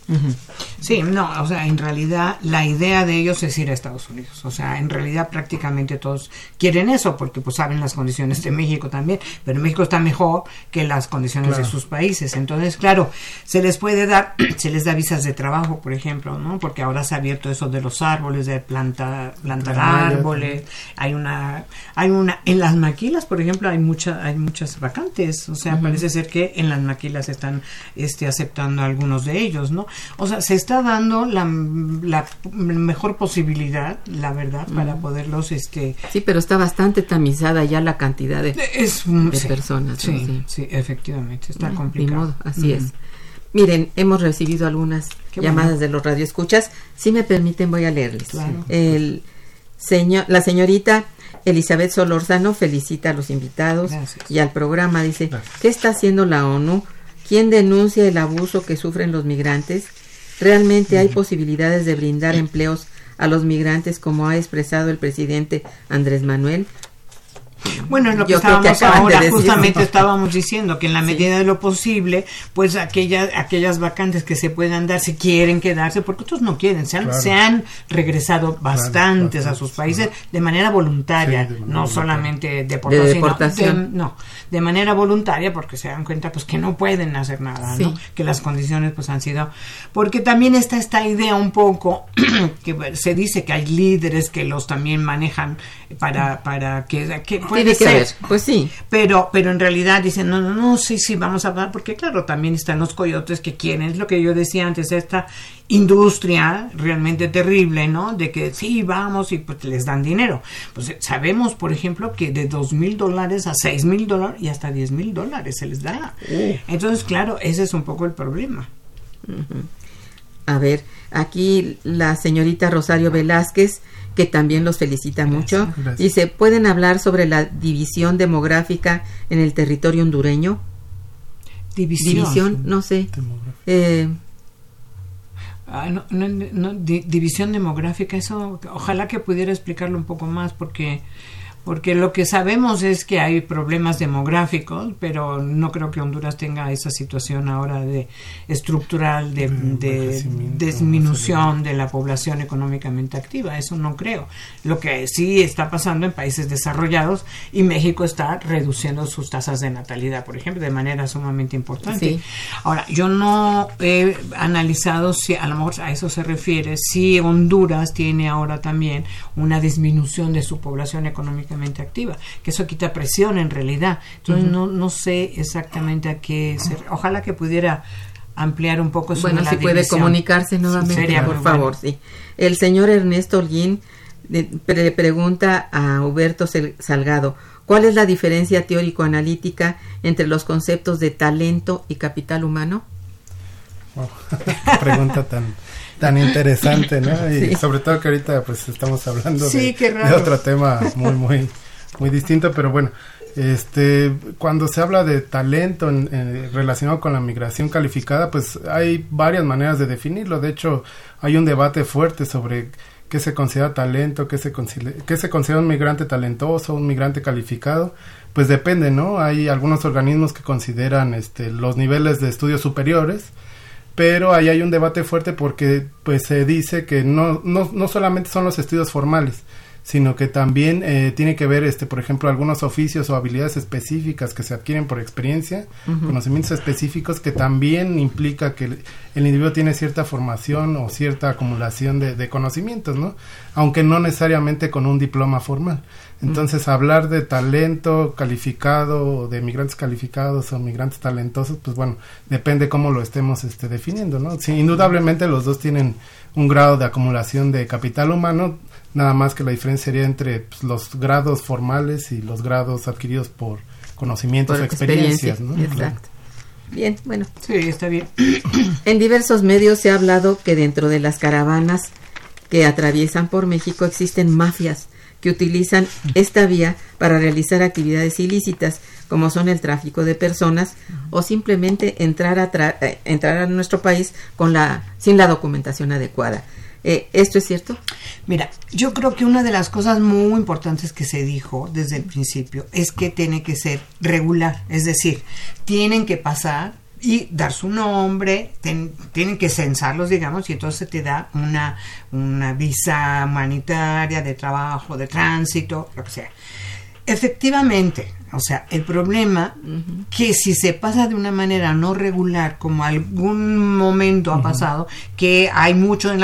Uh-huh. Sí, no, o sea, en realidad la idea de ellos es ir a Estados Unidos. O sea, en realidad prácticamente todos quieren eso, porque pues saben las condiciones de México también, pero México está mejor que las condiciones de sus países. Entonces, claro, se les da visas de trabajo, por ejemplo, ¿no? Porque ahora se ha abierto eso de los árboles, de plantar árboles. Hay una, en las maquilas, por ejemplo, hay muchas vacantes. O sea, parece ser que en las maquilas están aceptando a algunos de ellos, ¿no? O sea, se está dando la mejor posibilidad, la verdad, para poderlos... Sí, pero está bastante tamizada ya la cantidad de personas. Sí, efectivamente, está complicado. Ni modo, así es. Miren, hemos recibido algunas llamadas de los radioescuchas. Si me permiten, voy a leerles. Claro. La señorita Elizabeth Solorzano felicita a los invitados. Gracias. Y al programa. Dice, ¿qué está haciendo la ONU? ¿Quién denuncia el abuso que sufren los migrantes? ¿Realmente hay posibilidades de brindar empleos a los migrantes como ha expresado el presidente Andrés Manuel? Bueno, es lo que justamente estábamos diciendo, que en la medida de lo posible, pues aquellas vacantes que se puedan dar, si quieren quedarse, porque otros no quieren, se han regresado bastantes a sus países de manera voluntaria, no solamente deportación, de manera voluntaria, porque se dan cuenta pues que no pueden hacer nada, ¿no? Que las condiciones pues han sido, porque también está esta idea un poco que se dice que hay líderes que los también manejan para que puede ser, pues sí, pero en realidad dicen no, sí, vamos a hablar, porque claro, también están los coyotes que quieren, es lo que yo decía antes, esta industria realmente terrible, ¿no? De que sí, vamos y pues les dan dinero. Pues sabemos, por ejemplo, que de $2,000 a $6,000 y hasta $10,000 se les da. Entonces, claro, ese es un poco el problema. A ver, aquí la señorita Rosario Velázquez, que también los felicita mucho, dice, ¿pueden hablar sobre la división demográfica en el territorio hondureño? División, no sé. División demográfica, eso ojalá que pudiera explicarlo un poco más, porque lo que sabemos es que hay problemas demográficos, pero no creo que Honduras tenga esa situación ahora de estructural de disminución de la población económicamente activa, eso no creo. Lo que sí está pasando en países desarrollados, y México está reduciendo sus tasas de natalidad, por ejemplo, de manera sumamente importante. Sí. Ahora, yo no he analizado si a lo mejor a eso se refiere, si Honduras tiene ahora también una disminución de su población económica activa, que eso quita presión en realidad. Entonces no sé exactamente a qué ojalá que pudiera ampliar un poco sobre la si división. puede comunicarse nuevamente, por favor. Sí. El señor Ernesto Holguín pregunta a Huberto Salgado, ¿cuál es la diferencia teórico-analítica entre los conceptos de talento y capital humano? Wow, qué pregunta tan interesante, ¿no? Y sobre todo que ahorita pues estamos hablando de otro tema muy distinto, pero bueno, cuando se habla de talento relacionado con la migración calificada, pues hay varias maneras de definirlo. De hecho, hay un debate fuerte sobre qué se considera talento, qué se considera un migrante talentoso, un migrante calificado. Pues depende, ¿no? Hay algunos organismos que consideran los niveles de estudios superiores, pero ahí hay un debate fuerte porque pues se dice que no solamente son los estudios formales, sino que también tiene que ver, por ejemplo, algunos oficios o habilidades específicas que se adquieren por experiencia, conocimientos específicos que también implica que el individuo tiene cierta formación o cierta acumulación de conocimientos, ¿no? Aunque no necesariamente con un diploma formal. Entonces, hablar de talento calificado, de migrantes calificados o migrantes talentosos, pues bueno, depende cómo lo estemos definiendo, ¿no? Sí, indudablemente los dos tienen un grado de acumulación de capital humano, nada más que la diferencia sería entre pues, los grados formales y los grados adquiridos por conocimientos o experiencias, ¿no? Exacto. Claro. Bien, bueno. Sí, está bien. En diversos medios se ha hablado que dentro de las caravanas que atraviesan por México existen mafias que utilizan esta vía para realizar actividades ilícitas, como son el tráfico de personas o simplemente entrar a nuestro país sin la documentación adecuada. ¿Esto es cierto? Mira, yo creo que una de las cosas muy importantes que se dijo desde el principio es que tiene que ser regular, es decir, tienen que pasar y dar su nombre, tienen que censarlos, digamos, y entonces te da una visa humanitaria, de trabajo, de tránsito, lo que sea. Efectivamente, o sea, el problema que si se pasa de una manera no regular, como algún momento ha pasado, que hay mucho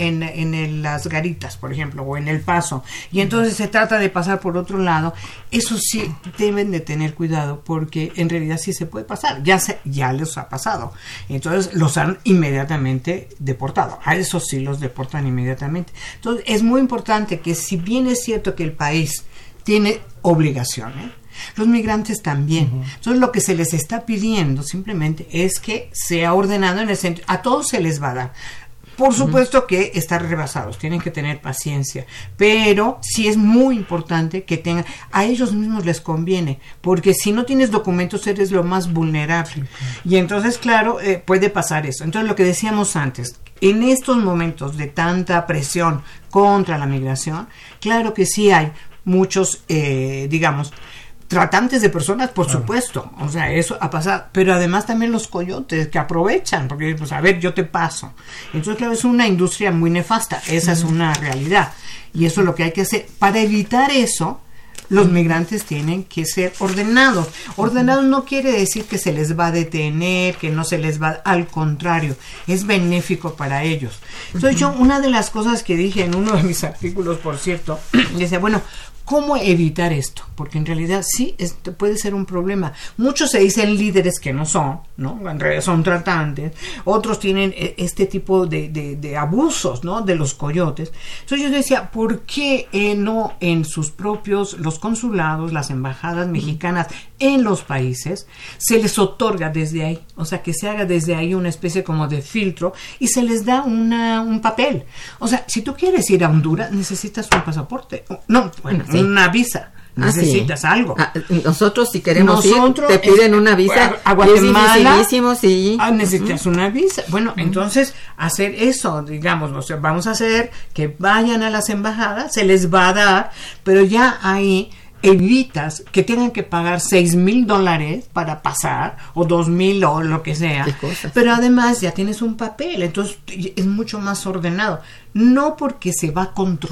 en las garitas, por ejemplo, o en el paso, y entonces se trata de pasar por otro lado, eso sí deben de tener cuidado, porque en realidad sí se puede pasar, ya les ha pasado, entonces los han inmediatamente deportado, a esos sí los deportan inmediatamente. Entonces es muy importante que, si bien es cierto que el país tiene obligaciones, los migrantes también. Entonces lo que se les está pidiendo simplemente es que sea ordenado en el sentido, a todos se les va a dar. Por supuesto que están rebasados, tienen que tener paciencia, pero sí es muy importante que tengan, a ellos mismos les conviene, porque si no tienes documentos eres lo más vulnerable. Y entonces, claro, puede pasar eso. Entonces, lo que decíamos antes, en estos momentos de tanta presión contra la migración, claro que sí hay muchos, digamos, tratantes de personas, por supuesto, o sea, eso ha pasado, pero además también los coyotes que aprovechan, porque pues a ver, yo te paso. Entonces, claro, es una industria muy nefasta, esa es una realidad, y eso es lo que hay que hacer. Para evitar eso, los migrantes tienen que ser ordenados. Ordenados no quiere decir que se les va a detener, que no se les va, al contrario, es benéfico para ellos. Entonces, yo, una de las cosas que dije en uno de mis artículos, por cierto, decía, bueno, ¿cómo evitar esto? Porque en realidad sí puede ser un problema. Muchos se dicen líderes que no son, ¿no? En realidad son tratantes. Otros tienen este tipo de abusos, ¿no? De los coyotes. Entonces yo decía, ¿por qué no en sus propios, los consulados, las embajadas mexicanas en los países, se les otorga desde ahí? O sea, que se haga desde ahí una especie como de filtro y se les da un papel. O sea, si tú quieres ir a Honduras, necesitas un pasaporte. No, bueno, sí. Una visa. Necesitas algo. Nosotros, si queremos ir, te piden una visa. A Guatemala, es dificilísimo, sí. Necesitas una visa. Bueno, entonces, hacer eso, digamos, o sea, vamos a hacer que vayan a las embajadas, se les va a dar, pero ya ahí evitas que tengan que pagar $6,000 para pasar, o 2,000 o lo que sea, pero además ya tienes un papel, entonces es mucho más ordenado. No porque se va a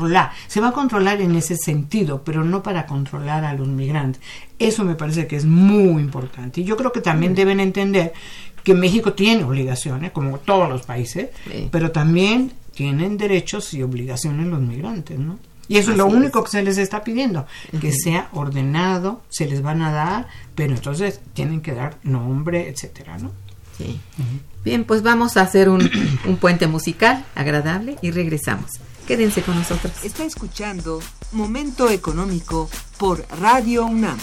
controlar en ese sentido, pero no para controlar a los migrantes. Eso me parece que es muy importante, y yo creo que también deben entender que México tiene obligaciones, como todos los países, pero también tienen derechos y obligaciones los migrantes, ¿no? Y eso es lo único que se les está pidiendo, que sea ordenado, se les van a dar, pero entonces tienen que dar nombre, etcétera, ¿no? Sí. Bien, pues vamos a hacer un puente musical agradable y regresamos. Quédense con nosotros. Está escuchando Momento Económico por Radio UNAM.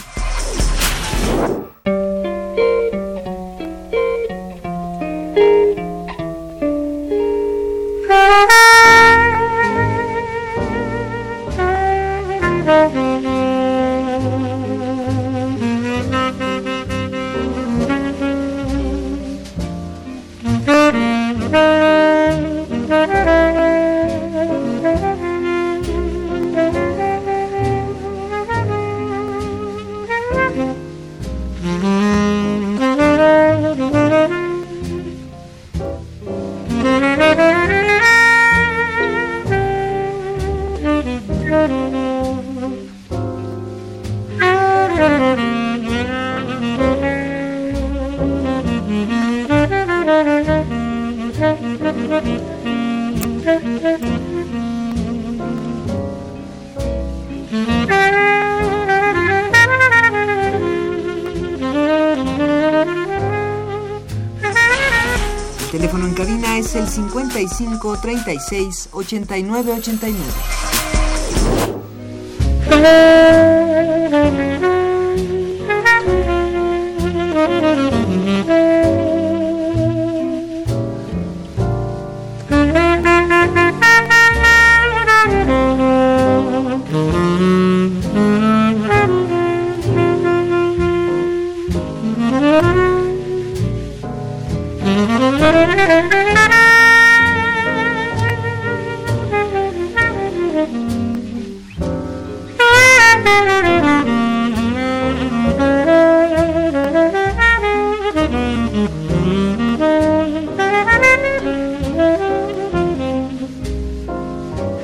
El teléfono en cabina es el 55 36 89 89.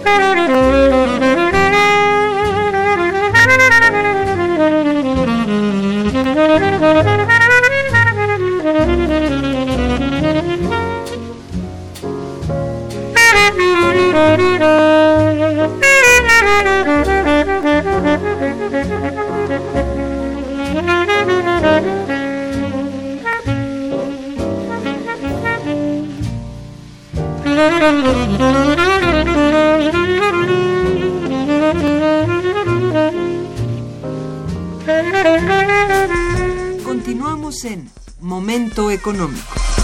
Continuamos en Momento Económico.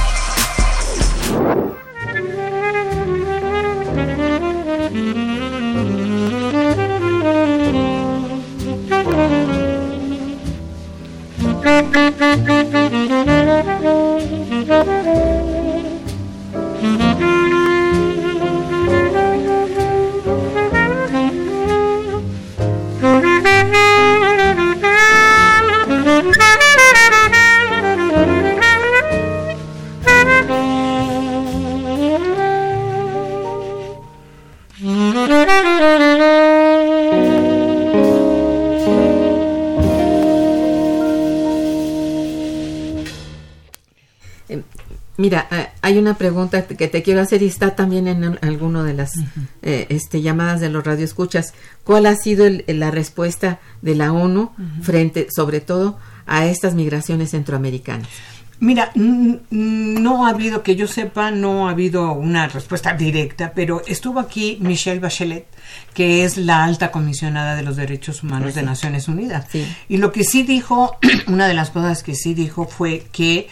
Mira, hay una pregunta que te quiero hacer y está también en alguno de las llamadas de los radioescuchas. ¿Cuál ha sido la respuesta de la ONU frente, sobre todo, a estas migraciones centroamericanas? Mira, no ha habido, que yo sepa, no ha habido una respuesta directa, pero estuvo aquí Michelle Bachelet, que es la alta comisionada de los derechos humanos de Naciones Unidas. Sí. Y lo que sí dijo, una de las cosas que sí dijo fue que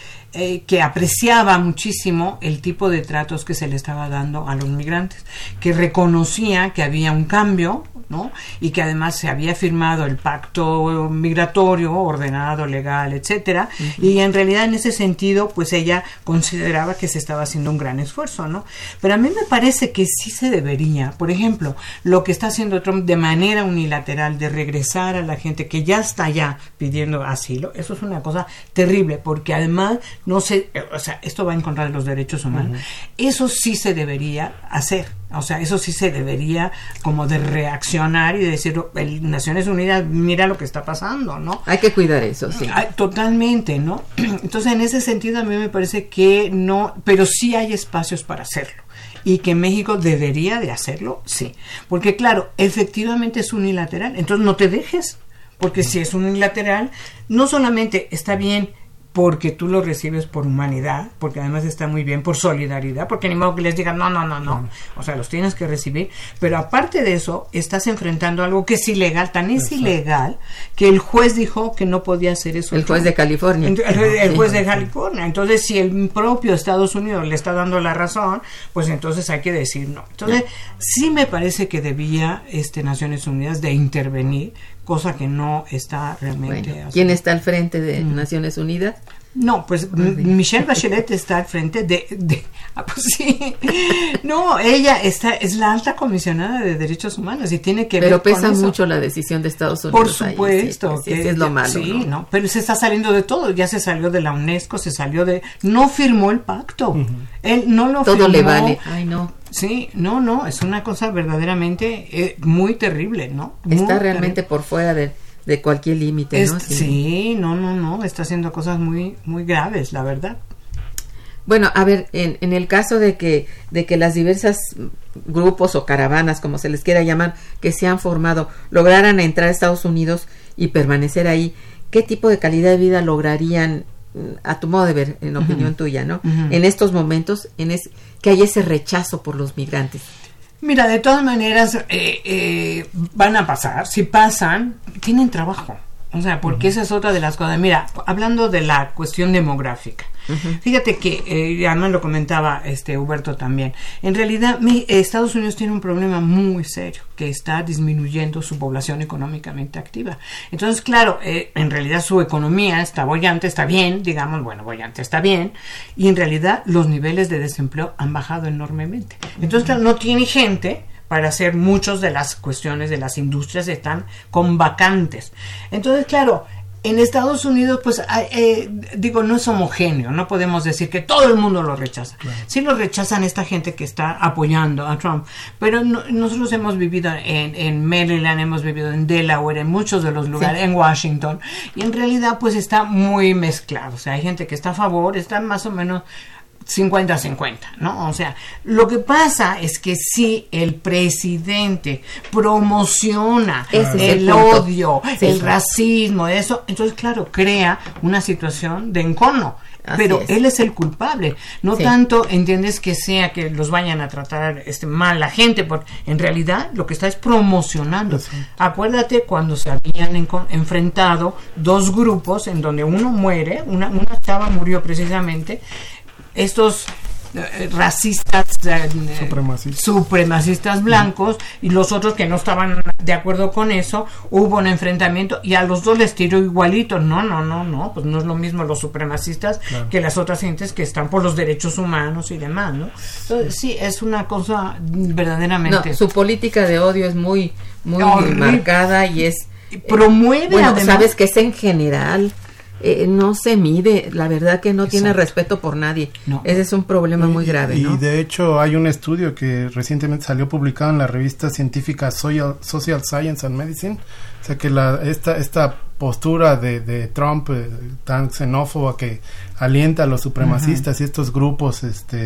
apreciaba muchísimo el tipo de tratos que se le estaba dando a los migrantes, que reconocía que había un cambio, ¿no? Y que además se había firmado el pacto migratorio ordenado, legal, etcétera, y en realidad en ese sentido pues ella consideraba que se estaba haciendo un gran esfuerzo, ¿no? Pero a mí me parece que sí se debería, por ejemplo, lo que está haciendo Trump de manera unilateral de regresar a la gente que ya está allá pidiendo asilo, eso es una cosa terrible, porque además no sé, o sea, esto va en contra de los derechos humanos. Eso sí se debería hacer. O sea, eso sí se debería como de reaccionar y de decir, Naciones Unidas, mira lo que está pasando, ¿no? Hay que cuidar eso, sí. Totalmente, ¿no? Entonces, en ese sentido, a mí me parece que no, pero sí hay espacios para hacerlo. Y que México debería de hacerlo, sí. Porque, claro, efectivamente es unilateral. Entonces, no te dejes. Porque si es unilateral, no solamente está bien porque tú lo recibes por humanidad, porque además está muy bien por solidaridad, porque ni modo que les digan no, o sea, los tienes que recibir, pero aparte de eso, estás enfrentando algo que es ilegal, tan es ilegal, que el juez dijo que no podía hacer eso. El juez de California. El juez de California. Entonces, si el propio Estados Unidos le está dando la razón, pues entonces hay que decir no. Entonces, sí me parece que debía Naciones Unidas de intervenir, cosa que no está realmente haciendo. ¿Quién está al frente de Naciones Unidas? No, pues Michelle Bachelet está al frente pues sí. No, ella es la alta comisionada de derechos humanos y tiene que pero ver con eso. Pero pesa mucho la decisión de Estados Unidos. Por supuesto. Ahí, sí, es lo malo. Sí, ¿no? Pero se está saliendo de todo. Ya se salió de la UNESCO, no firmó el pacto. Él no lo firmó. Todo le vale. Ay, no. Sí, no, es una cosa verdaderamente muy terrible, ¿no? Está realmente por fuera de cualquier límite, ¿no? Sí, no, está haciendo cosas muy, muy graves, la verdad. Bueno, a ver, en el caso de que las diversas grupos o caravanas, como se les quiera llamar, que se han formado, lograran entrar a Estados Unidos y permanecer ahí, ¿qué tipo de calidad de vida lograrían, a tu modo de ver, en opinión tuya, ¿no? En estos momentos, que hay ese rechazo por los migrantes. Mira, de todas maneras van a pasar. Si pasan, tienen trabajo. O sea, porque esa es otra de las cosas. Mira, hablando de la cuestión demográfica, fíjate que, además lo comentaba Huberto también, en realidad Estados Unidos tiene un problema muy serio, que está disminuyendo su población económicamente activa. Entonces, claro, en realidad su economía está boyante, está bien, digamos, boyante está bien, y en realidad los niveles de desempleo han bajado enormemente. Entonces, claro, no tiene gente para hacer muchas de las cuestiones de las industrias, están con vacantes. Entonces, claro, En Estados Unidos, pues, digo, no es homogéneo, no podemos decir que todo el mundo lo rechaza. Claro. Sí lo rechazan esta gente que está apoyando a Trump, pero nosotros hemos vivido en Maryland, hemos vivido en Delaware, en muchos de los lugares, en Washington, y en realidad, pues, está muy mezclado. O sea, hay gente que está a favor, está más o menos 50-50, ¿no? O sea, lo que pasa es que si el presidente promociona el odio, el racismo, eso, entonces, claro, crea una situación de encono. Pero él es el culpable, no tanto, entiendes, que sea que los vayan a tratar mal la gente, porque en realidad lo que está es promocionando. Acuérdate cuando se habían enfrentado dos grupos en donde uno muere, una chava murió precisamente, estos racistas supremacistas blancos y los otros que no estaban de acuerdo con eso, hubo un enfrentamiento y a los dos les tiró igualito. No, pues no es lo mismo los supremacistas que las otras gentes que están por los derechos humanos y demás, ¿no? Entonces, sí, es una cosa verdaderamente... No, su política de odio es muy marcada y es... promueve, bueno, además, sabes que es en general... no se mide, la verdad que no tiene respeto por nadie. Ese es un problema muy grave, ¿no? Y de hecho hay un estudio que recientemente salió publicado en la revista científica Social Science and Medicine, o sea que esta postura de Trump tan xenófoba que alienta a los supremacistas y estos grupos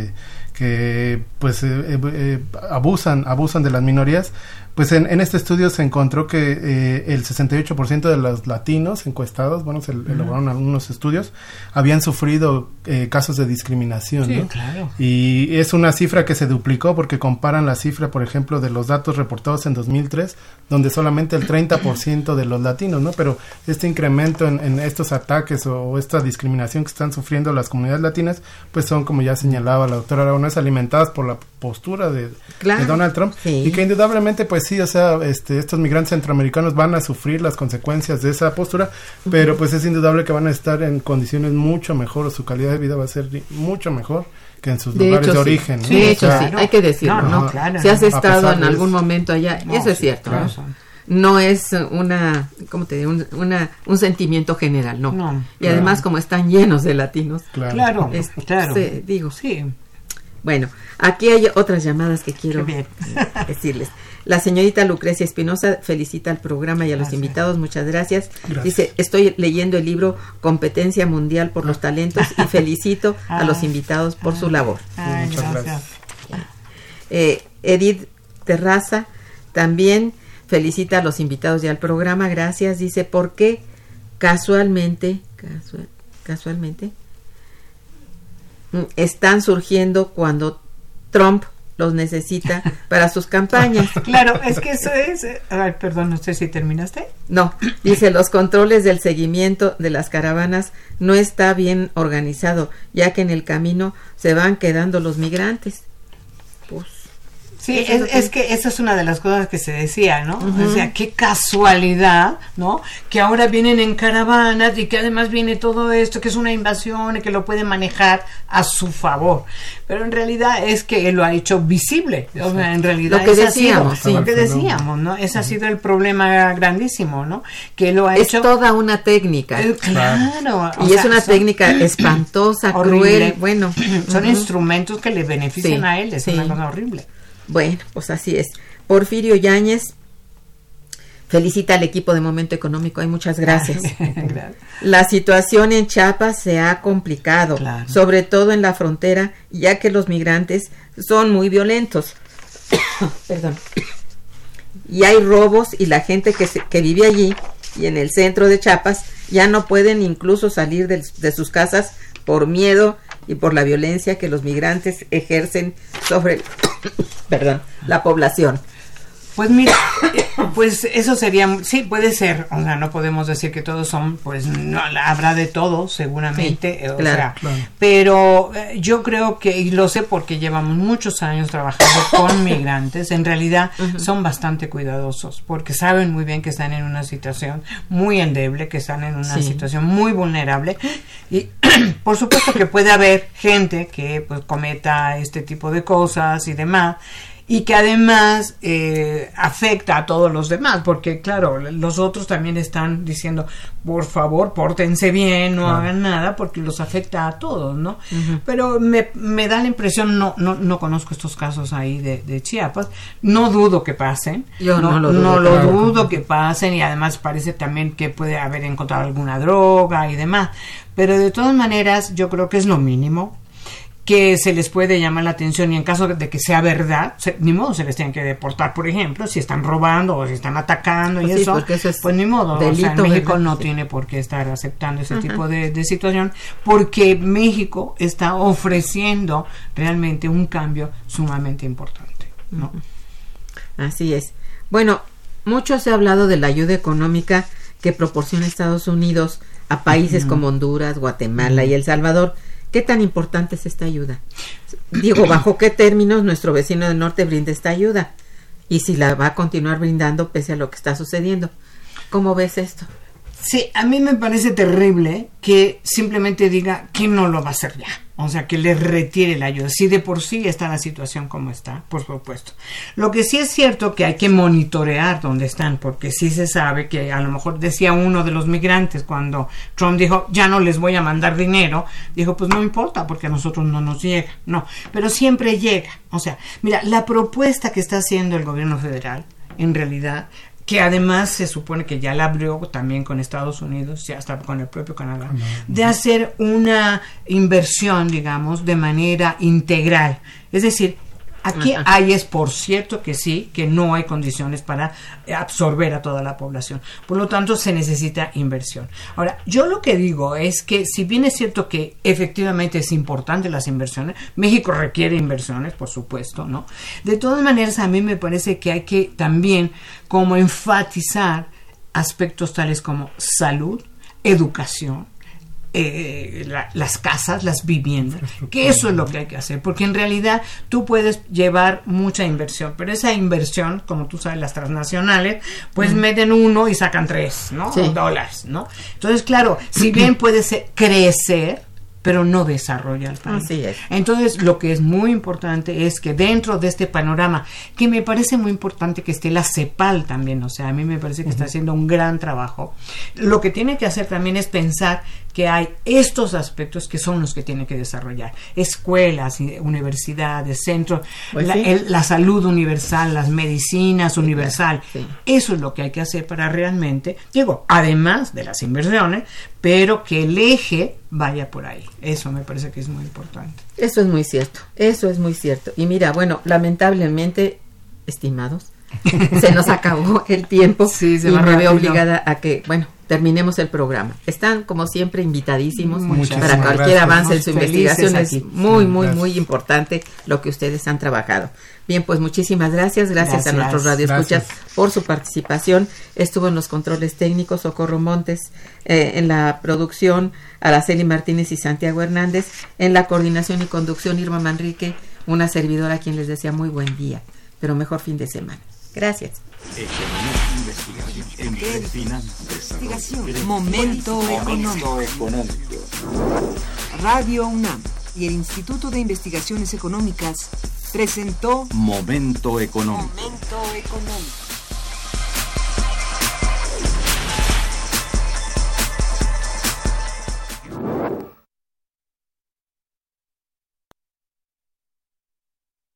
que pues abusan de las minorías. Pues en este estudio se encontró que el 68% de los latinos encuestados, bueno, se elaboraron algunos estudios, habían sufrido casos de discriminación, sí, ¿no? Claro. Y es una cifra que se duplicó porque comparan la cifra, por ejemplo, de los datos reportados en 2003, donde solamente el 30% de los latinos, ¿no? Pero este incremento en estos ataques o esta discriminación que están sufriendo las comunidades latinas, pues son, como ya señalaba la doctora Aragonés, alimentadas por la postura de Donald Trump, y que indudablemente, pues sí, o sea, estos migrantes centroamericanos van a sufrir las consecuencias de esa postura, pero pues es indudable que van a estar en condiciones mucho mejor, o su calidad de vida va a ser mucho mejor que en sus lugares de origen, ¿no? De hecho, sí, hay que decirlo, ¿no? Claro, si has estado en algún momento allá, eso es cierto, claro, no es ¿cómo te digo? Un sentimiento general, no. Y además, como están llenos de latinos. Claro. Digo. Sí. Bueno, aquí hay otras llamadas que quiero decirles. La señorita Lucrecia Espinosa felicita al programa y a los invitados, muchas gracias. Dice, estoy leyendo el libro Competencia Mundial por los Talentos y felicito a los invitados por su labor. Muchas gracias. Edith Terraza también felicita a los invitados y al programa, gracias. Dice, ¿por qué casualmente están surgiendo cuando Trump los necesita para sus campañas? Claro, es que eso es... Ay, perdón, no sé si terminaste. No, dice, los controles del seguimiento de las caravanas no está bien organizado, ya que en el camino se van quedando los migrantes. Pues... Sí, es que esa es una de las cosas que se decía, ¿no? O sea, qué casualidad, ¿no? Que ahora vienen en caravanas y que además viene todo esto, que es una invasión y que lo puede manejar a su favor. Pero en realidad es que él lo ha hecho visible. O sea, en realidad lo que decíamos, lo que decíamos, ¿no? Ese ha sido el problema grandísimo, ¿no? Que lo ha hecho... Es toda una técnica. Claro. Y es una técnica espantosa, horrible, cruel, bueno. Son instrumentos que le benefician a él, es una cosa horrible. Bueno, pues así es. Porfirio Yáñez felicita al equipo de Momento Económico. Ay, muchas gracias. La situación en Chiapas se ha complicado, sobre todo en la frontera, ya que los migrantes son muy violentos. Perdón. Y hay robos y la gente que vive allí y en el centro de Chiapas ya no pueden incluso salir de sus casas por miedo y por la violencia que los migrantes ejercen sobre la población. Pues mira, pues eso sería, sí, puede ser, o sea, no podemos decir que todos son, pues no, habrá de todo, seguramente, sí, o sea, pero yo creo que, y lo sé porque llevamos muchos años trabajando con migrantes, en realidad son bastante cuidadosos, porque saben muy bien que están en una situación muy endeble, que están en una situación muy vulnerable, y por supuesto que puede haber gente que pues cometa este tipo de cosas y demás, y que además afecta a todos los demás, porque claro, los otros también están diciendo, por favor, pórtense bien, no hagan nada, porque los afecta a todos, ¿no? Pero me da la impresión, no conozco estos casos ahí de Chiapas, no dudo que pasen, yo no lo dudo que pasen, y además parece también que puede haber encontrado alguna droga y demás, pero de todas maneras yo creo que es lo mínimo que se les puede llamar la atención, y en caso de que sea verdad, ni modo se les tienen que deportar, por ejemplo, si están robando o si están atacando, pues y eso es pues ni modo, delito, o sea, México ¿verdad? No tiene por qué estar aceptando ese tipo de situación, porque México está ofreciendo realmente un cambio sumamente importante, ¿no? Así es. Bueno, mucho se ha hablado de la ayuda económica que proporciona Estados Unidos a países como Honduras, Guatemala y El Salvador. ¿Qué tan importante es esta ayuda? Digo, ¿bajo qué términos nuestro vecino del norte brinda esta ayuda? Y si la va a continuar brindando pese a lo que está sucediendo. ¿Cómo ves esto? Sí, a mí me parece terrible que simplemente diga que no lo va a hacer ya. O sea, que le retire la ayuda. Si de por sí está la situación como está, por supuesto. Lo que sí es cierto que hay que monitorear dónde están, porque sí se sabe que a lo mejor decía uno de los migrantes cuando Trump dijo, ya no les voy a mandar dinero, dijo, pues no importa porque a nosotros no nos llega. No, pero siempre llega. O sea, mira, la propuesta que está haciendo el gobierno federal, en realidad, que además se supone que ya la abrió también con Estados Unidos, ya hasta con el propio Canadá, de hacer una inversión, digamos, de manera integral. Es decir, aquí es por cierto que sí, que no hay condiciones para absorber a toda la población. Por lo tanto, se necesita inversión. Ahora, yo lo que digo es que si bien es cierto que efectivamente es importante las inversiones, México requiere inversiones, por supuesto, ¿no? De todas maneras, a mí me parece que hay que también como enfatizar aspectos tales como salud, educación, las casas, las viviendas, que eso es lo que hay que hacer, porque en realidad tú puedes llevar mucha inversión, pero esa inversión, como tú sabes, las transnacionales, pues meten 1 y sacan 3, ¿no? Sí. $, ¿no? Entonces, claro, si bien puede crecer, pero no desarrolla el país. Así es. Entonces, lo que es muy importante es que dentro de este panorama, que me parece muy importante que esté la CEPAL también, o sea, a mí me parece que está haciendo un gran trabajo, lo que tiene que hacer también es pensar que hay estos aspectos que son los que tiene que desarrollar. Escuelas, universidades, centros, pues la salud universal, las medicinas universal. Sí. Eso es lo que hay que hacer para realmente, digo, además de las inversiones, pero que el eje vaya por ahí. Eso me parece que es muy importante. Eso es muy cierto, eso es muy cierto. Y mira, bueno, lamentablemente, estimados, se nos acabó el tiempo y me veo obligada a que, bueno, terminemos el programa. Están, como siempre, invitadísimos para cualquier avance en su investigación. Es muy importante lo que ustedes han trabajado. Bien, pues muchísimas gracias a nuestros radioescuchas por su participación. Estuvo en los controles técnicos Socorro Montes, en la producción Araceli Martínez y Santiago Hernández, en la coordinación y conducción Irma Manrique, una servidora a quien les desea muy buen día, pero mejor fin de semana. Gracias. Investigación. Momento económico. Radio UNAM y el Instituto de Investigaciones Económicas presentó Momento económico. Momento económico.